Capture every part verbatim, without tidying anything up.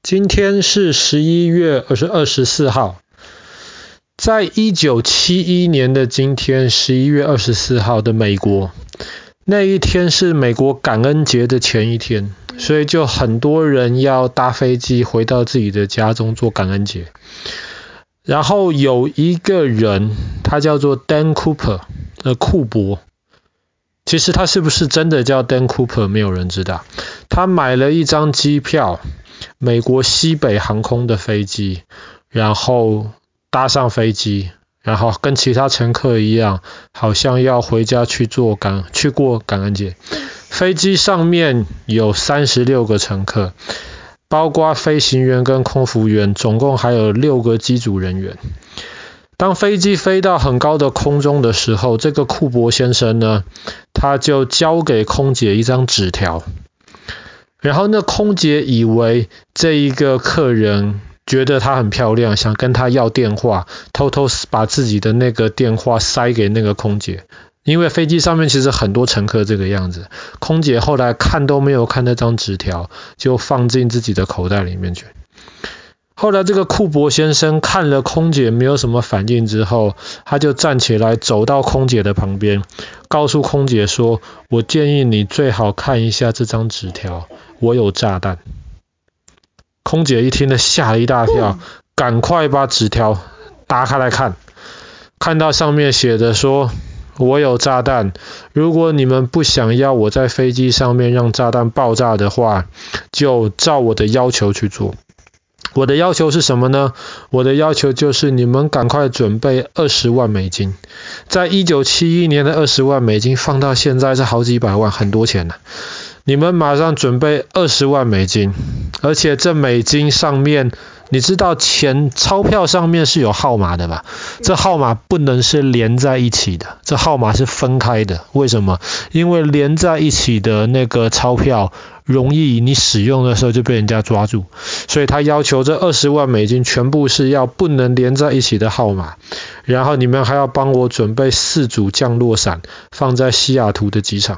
今天是十一月二十四号，在一九七一年的今天十一月二十四号的美国，那一天是美国感恩节的前一天，所以就很多人要搭飞机回到自己的家中做感恩节。然后有一个人，他叫做 Dan Cooper， 呃，库珀。其实他是不是真的叫 Dan Cooper， 没有人知道。他买了一张机票，美国西北航空的飞机，然后搭上飞机，然后跟其他乘客一样，好像要回家去做感去过感恩节。飞机上面有三十六个乘客，包括飞行员跟空服员，总共还有六个机组人员。当飞机飞到很高的空中的时候，这个库珀先生呢，他就交给空姐一张纸条。然后那空姐以为这一个客人觉得她很漂亮，想跟她要电话，偷偷把自己的那个电话塞给那个空姐。因为飞机上面其实很多乘客这个样子，空姐后来看都没有看那张纸条，就放进自己的口袋里面去。后来这个库珀先生看了空姐没有什么反应之后，他就站起来走到空姐的旁边，告诉空姐说，我建议你最好看一下这张纸条，我有炸弹。空姐一听了吓了一大跳，赶快把纸条打开来看，看到上面写的说，我有炸弹，如果你们不想要我在飞机上面让炸弹爆炸的话，就照我的要求去做。我的要求是什么呢？我的要求就是你们赶快准备二十万美金。在一九七一年的二十万美金放到现在是好几百万，很多钱了。你们马上准备二十万美金，而且这美金上面，你知道钱钞票上面是有号码的吧？这号码不能是连在一起的，这号码是分开的。为什么？因为连在一起的那个钞票容易你使用的时候就被人家抓住，所以他要求这二十万美金全部是要不能连在一起的号码。然后你们还要帮我准备四组降落伞，放在西雅图的机场。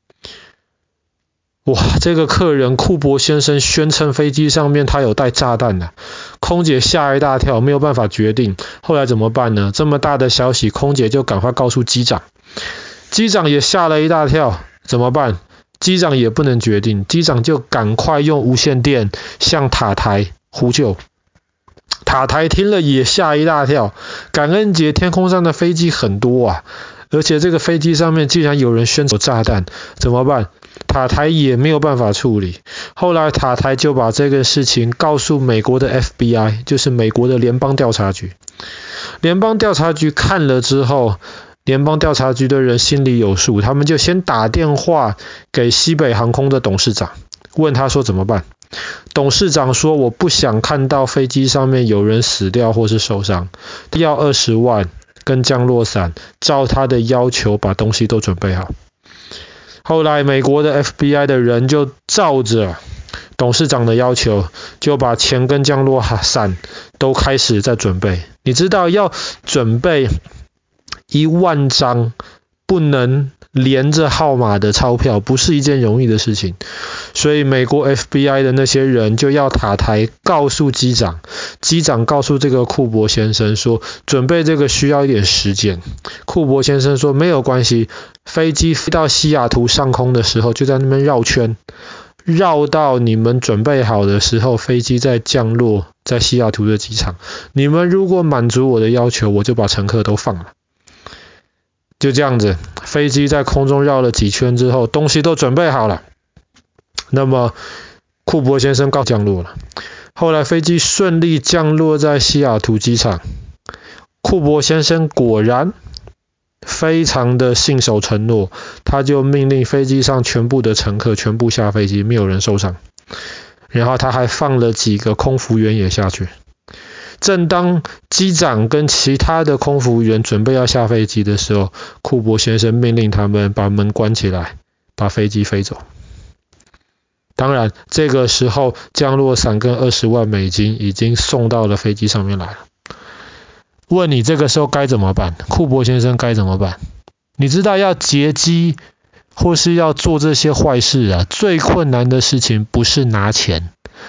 哇，这个客人库珀先生宣称飞机上面他有带炸弹的，空姐吓一大跳，没有办法决定。后来怎么办呢？这么大的消息，空姐就赶快告诉机长，机长也吓了一大跳，怎么办？机长也不能决定，机长就赶快用无线电向塔台呼救。塔台听了也吓一大跳，感恩节天空上的飞机很多啊，而且这个飞机上面竟然有人宣走炸弹，怎么办？塔台也没有办法处理。后来塔台就把这个事情告诉美国的 F B I， 就是美国的联邦调查局。联邦调查局看了之后，联邦调查局的人心里有数，他们就先打电话给西北航空的董事长，问他说怎么办。董事长说，我不想看到飞机上面有人死掉或是受伤，要二十万跟降落伞，照他的要求把东西都准备好。后来美国的 F B I 的人就照着董事长的要求，就把钱跟降落伞都开始在准备。你知道要准备一万张不能连着号码的钞票不是一件容易的事情，所以美国 F B I 的那些人就要塔台告诉机长，机长告诉这个库珀先生说，准备这个需要一点时间。库珀先生说没有关系，飞机飞到西雅图上空的时候就在那边绕圈，绕到你们准备好的时候，飞机再降落在西雅图的机场。你们如果满足我的要求，我就把乘客都放了。就这样子，飞机在空中绕了几圈之后，东西都准备好了。那么库珀先生告降落了。后来飞机顺利降落在西雅图机场，库珀先生果然非常的信守承诺，他就命令飞机上全部的乘客全部下飞机，没有人受伤。然后他还放了几个空服员也下去。正当机长跟其他的空服员准备要下飞机的时候，库珀先生命令他们把门关起来，把飞机飞走。当然，这个时候降落伞跟二十万美金已经送到了飞机上面来了。问你这个时候该怎么办？库珀先生该怎么办？你知道要劫机或是要做这些坏事啊，最困难的事情不是拿钱，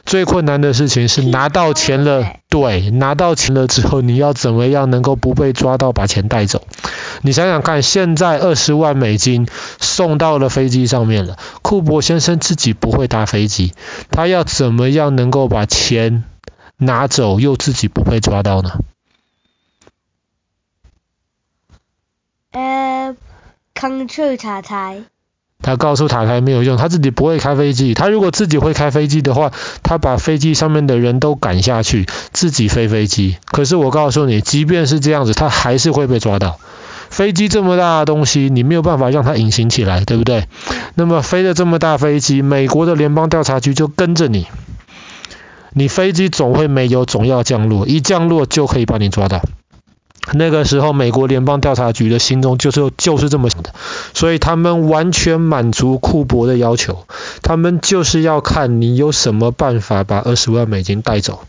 最困难的事情是拿到钱了，对，拿到钱了之后，你要怎么样能够不被抓到把钱带走？你想想看，现在二十万美金送到了飞机上面了，库珀先生自己不会搭飞机，他要怎么样能够把钱拿走又自己不被抓到呢？ 呃，告诉塔台。 他告诉塔台没有用，他自己不会开飞机。他如果自己会开飞机的话，他把飞机上面的人都赶下去，自己飞飞机。可是我告诉你，即便是这样子，他还是会被抓到。飞机这么大的东西，你没有办法让它隐形起来，对不对？那么飞了这么大飞机，美国的联邦调查局就跟着你。你飞机总会没油，总要降落，一降落就可以把你抓到。那个时候美国联邦调查局的心中就是就是这么想的，所以他们完全满足库珀的要求，他们就是要看你有什么办法把二十万美金带走。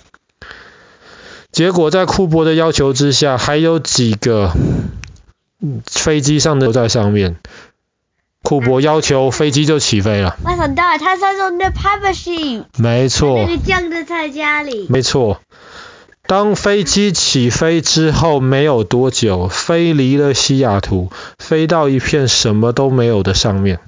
结果在库珀的要求之下，还有几个飞机上的都在上面，库珀要求飞机就起飞了。 我想到了，他是用那 parachute， 没错， 那个降落在家里。 没错。当飞机起飞之后没有多久，飞离了西雅图，飞到一片什么都没有的上面。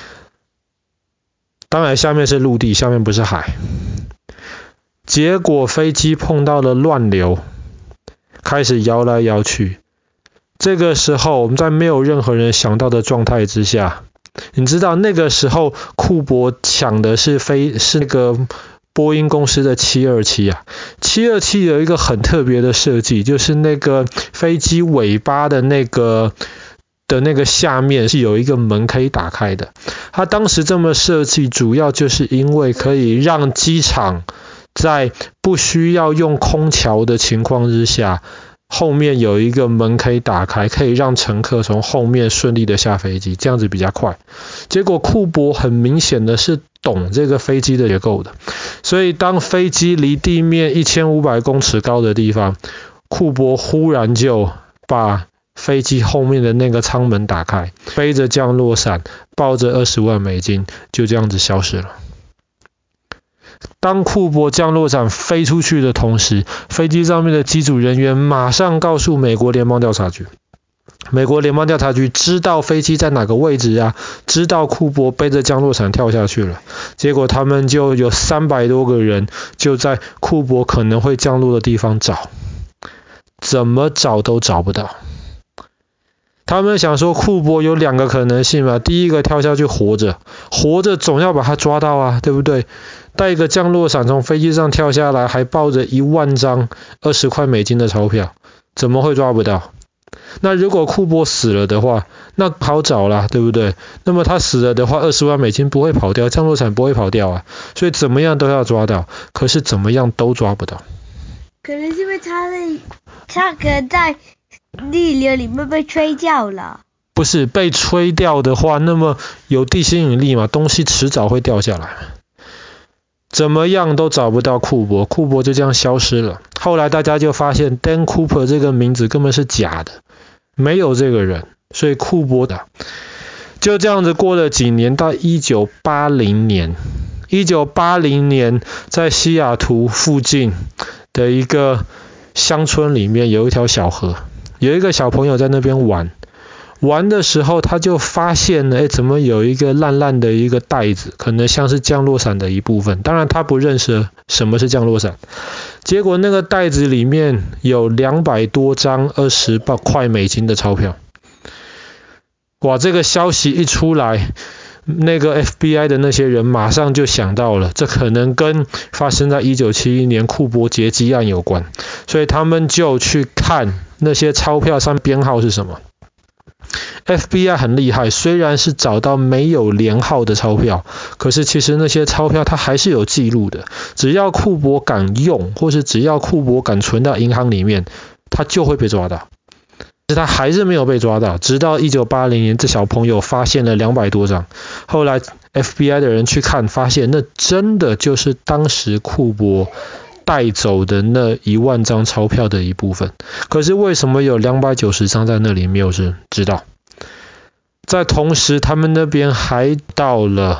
当然下面是陆地，下面不是海。结果飞机碰到了乱流，开始摇来摇去。这个时候我们在没有任何人想到的状态之下，你知道那个时候库珀抢的是飞是那个波音公司的七二七啊，七二七有一个很特别的设计，就是那个飞机尾巴的那个的那个下面是有一个门可以打开的。它当时这么设计，主要就是因为可以让机场在不需要用空桥的情况之下，后面有一个门可以打开，可以让乘客从后面顺利的下飞机，这样子比较快。结果库珀很明显的是懂这个飞机的结构的，所以当飞机离地面一千五百公尺高的地方，库珀忽然就把飞机后面的那个舱门打开，背着降落伞，抱着二十万美金，就这样子消失了。当库珀降落伞飞出去的同时，飞机上面的机组人员马上告诉美国联邦调查局。美国联邦调查局知道飞机在哪个位置啊，知道库珀背着降落伞跳下去了。结果他们就有三百多个人就在库珀可能会降落的地方找，怎么找都找不到。他们想说库珀有两个可能性嘛，第一个跳下去活着，活着总要把他抓到啊，对不对？带一个降落伞从飞机上跳下来，还抱着一万张二十块美金的钞票，怎么会抓不到？那如果库珀死了的话，那好找啦，对不对？那么他死了的话，二十万美金不会跑掉，降落伞不会跑掉啊，所以怎么样都要抓到，可是怎么样都抓不到。 可能是因为他的他可能在逆流里面被吹掉了。 不是被吹掉的话，那么有地心引力嘛，东西迟早会掉下来。怎么样都找不到库珀，库珀就这样消失了。后来大家就发现 Dan Cooper 这个名字根本是假的，没有这个人，所以库珀的就这样子过了几年，到一九八零年，一九八零年在西雅图附近的一个乡村里面有一条小河，有一个小朋友在那边玩。玩的时候他就发现了，诶，怎么有一个烂烂的一个袋子，可能像是降落伞的一部分。当然他不认识什么是降落伞。结果那个袋子里面有两百多张二十块美金的钞票。哇，这个消息一出来，那个 F B I 的那些人马上就想到了，这可能跟发生在一九七一年库珀劫机案有关，所以他们就去看那些钞票上编号是什么。F B I 很厉害，虽然是找到没有连号的钞票，可是其实那些钞票它还是有记录的，只要库珀敢用，或是只要库珀敢存到银行里面，他就会被抓到。但是他还是没有被抓到，直到一九八零年这小朋友发现了两百多张，后来 F B I 的人去看，发现那真的就是当时库珀带走的那一万张钞票的一部分。可是为什么有两百九十张在那里，没有人知道。在同时他们那边还到了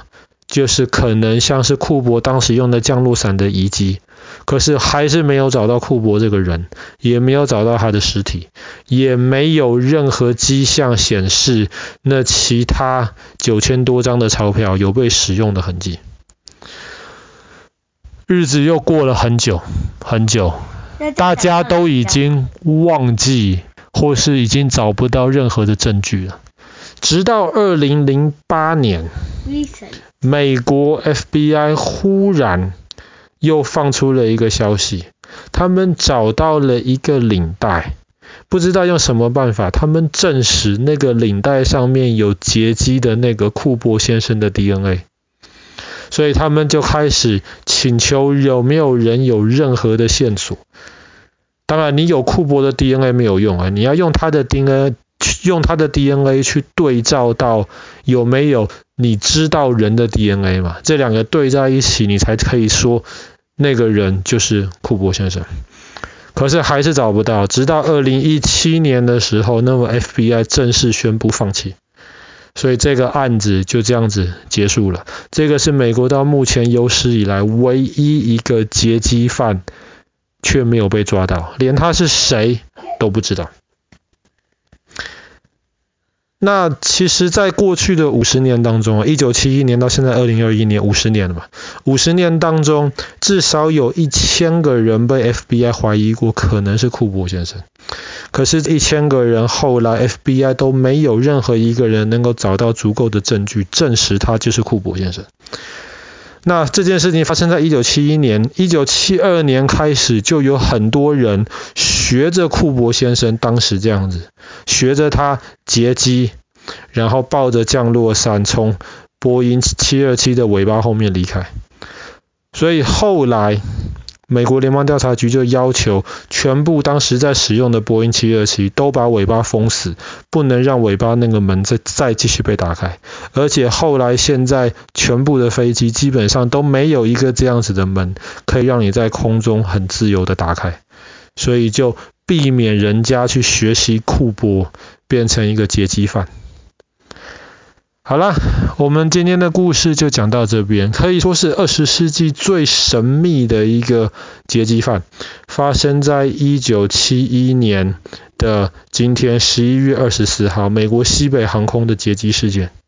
就是可能像是库珀当时用的降落伞的遗迹，可是还是没有找到库珀这个人，也没有找到他的尸体，也没有任何迹象显示那其他九千多张的钞票有被使用的痕迹。日子又过了很久很久，大家都已经忘记或是已经找不到任何的证据了。直到二零零八年，美国 F B I 忽然又放出了一个消息，他们找到了一个领带，不知道用什么办法，他们证实那个领带上面有结迹的那个库珀先生的 D N A， 所以他们就开始请求有没有人有任何的线索。当然你有库珀的 D N A 没有用啊，你要用他的 D N A， 用他的 D N A 去对照到有没有你知道人的 D N A 嘛，这两个对在一起，你才可以说那个人就是库珀先生。可是还是找不到，直到二零一七年的时候，那么 F B I 正式宣布放弃，所以这个案子就这样子结束了。这个是美国到目前有史以来唯一一个劫机犯却没有被抓到，连他是谁都不知道。那其实在过去的五十年当中，一九七一年到现在二零二一年，五十年了嘛，五十年当中至少有一千个人被 F B I 怀疑过可能是库珀先生，可是一千个人后来 F B I 都没有任何一个人能够找到足够的证据证实他就是库珀先生。那这件事情发生在一九七一年，一九七二年开始就有很多人学着库珀先生当时这样子，学着他劫机，然后抱着降落伞从波音七二七的尾巴后面离开。所以后来美国联邦调查局就要求全部当时在使用的波音七二七都把尾巴封死，不能让尾巴那个门再再继续被打开。而且后来现在全部的飞机基本上都没有一个这样子的门可以让你在空中很自由的打开，所以就避免人家去学习库珀变成一个劫机犯。好啦，我们今天的故事就讲到这边，可以说是二十世纪最神秘的一个劫机犯，发生在一九七一年的今天十一月二十四号，美国西北航空的劫机事件。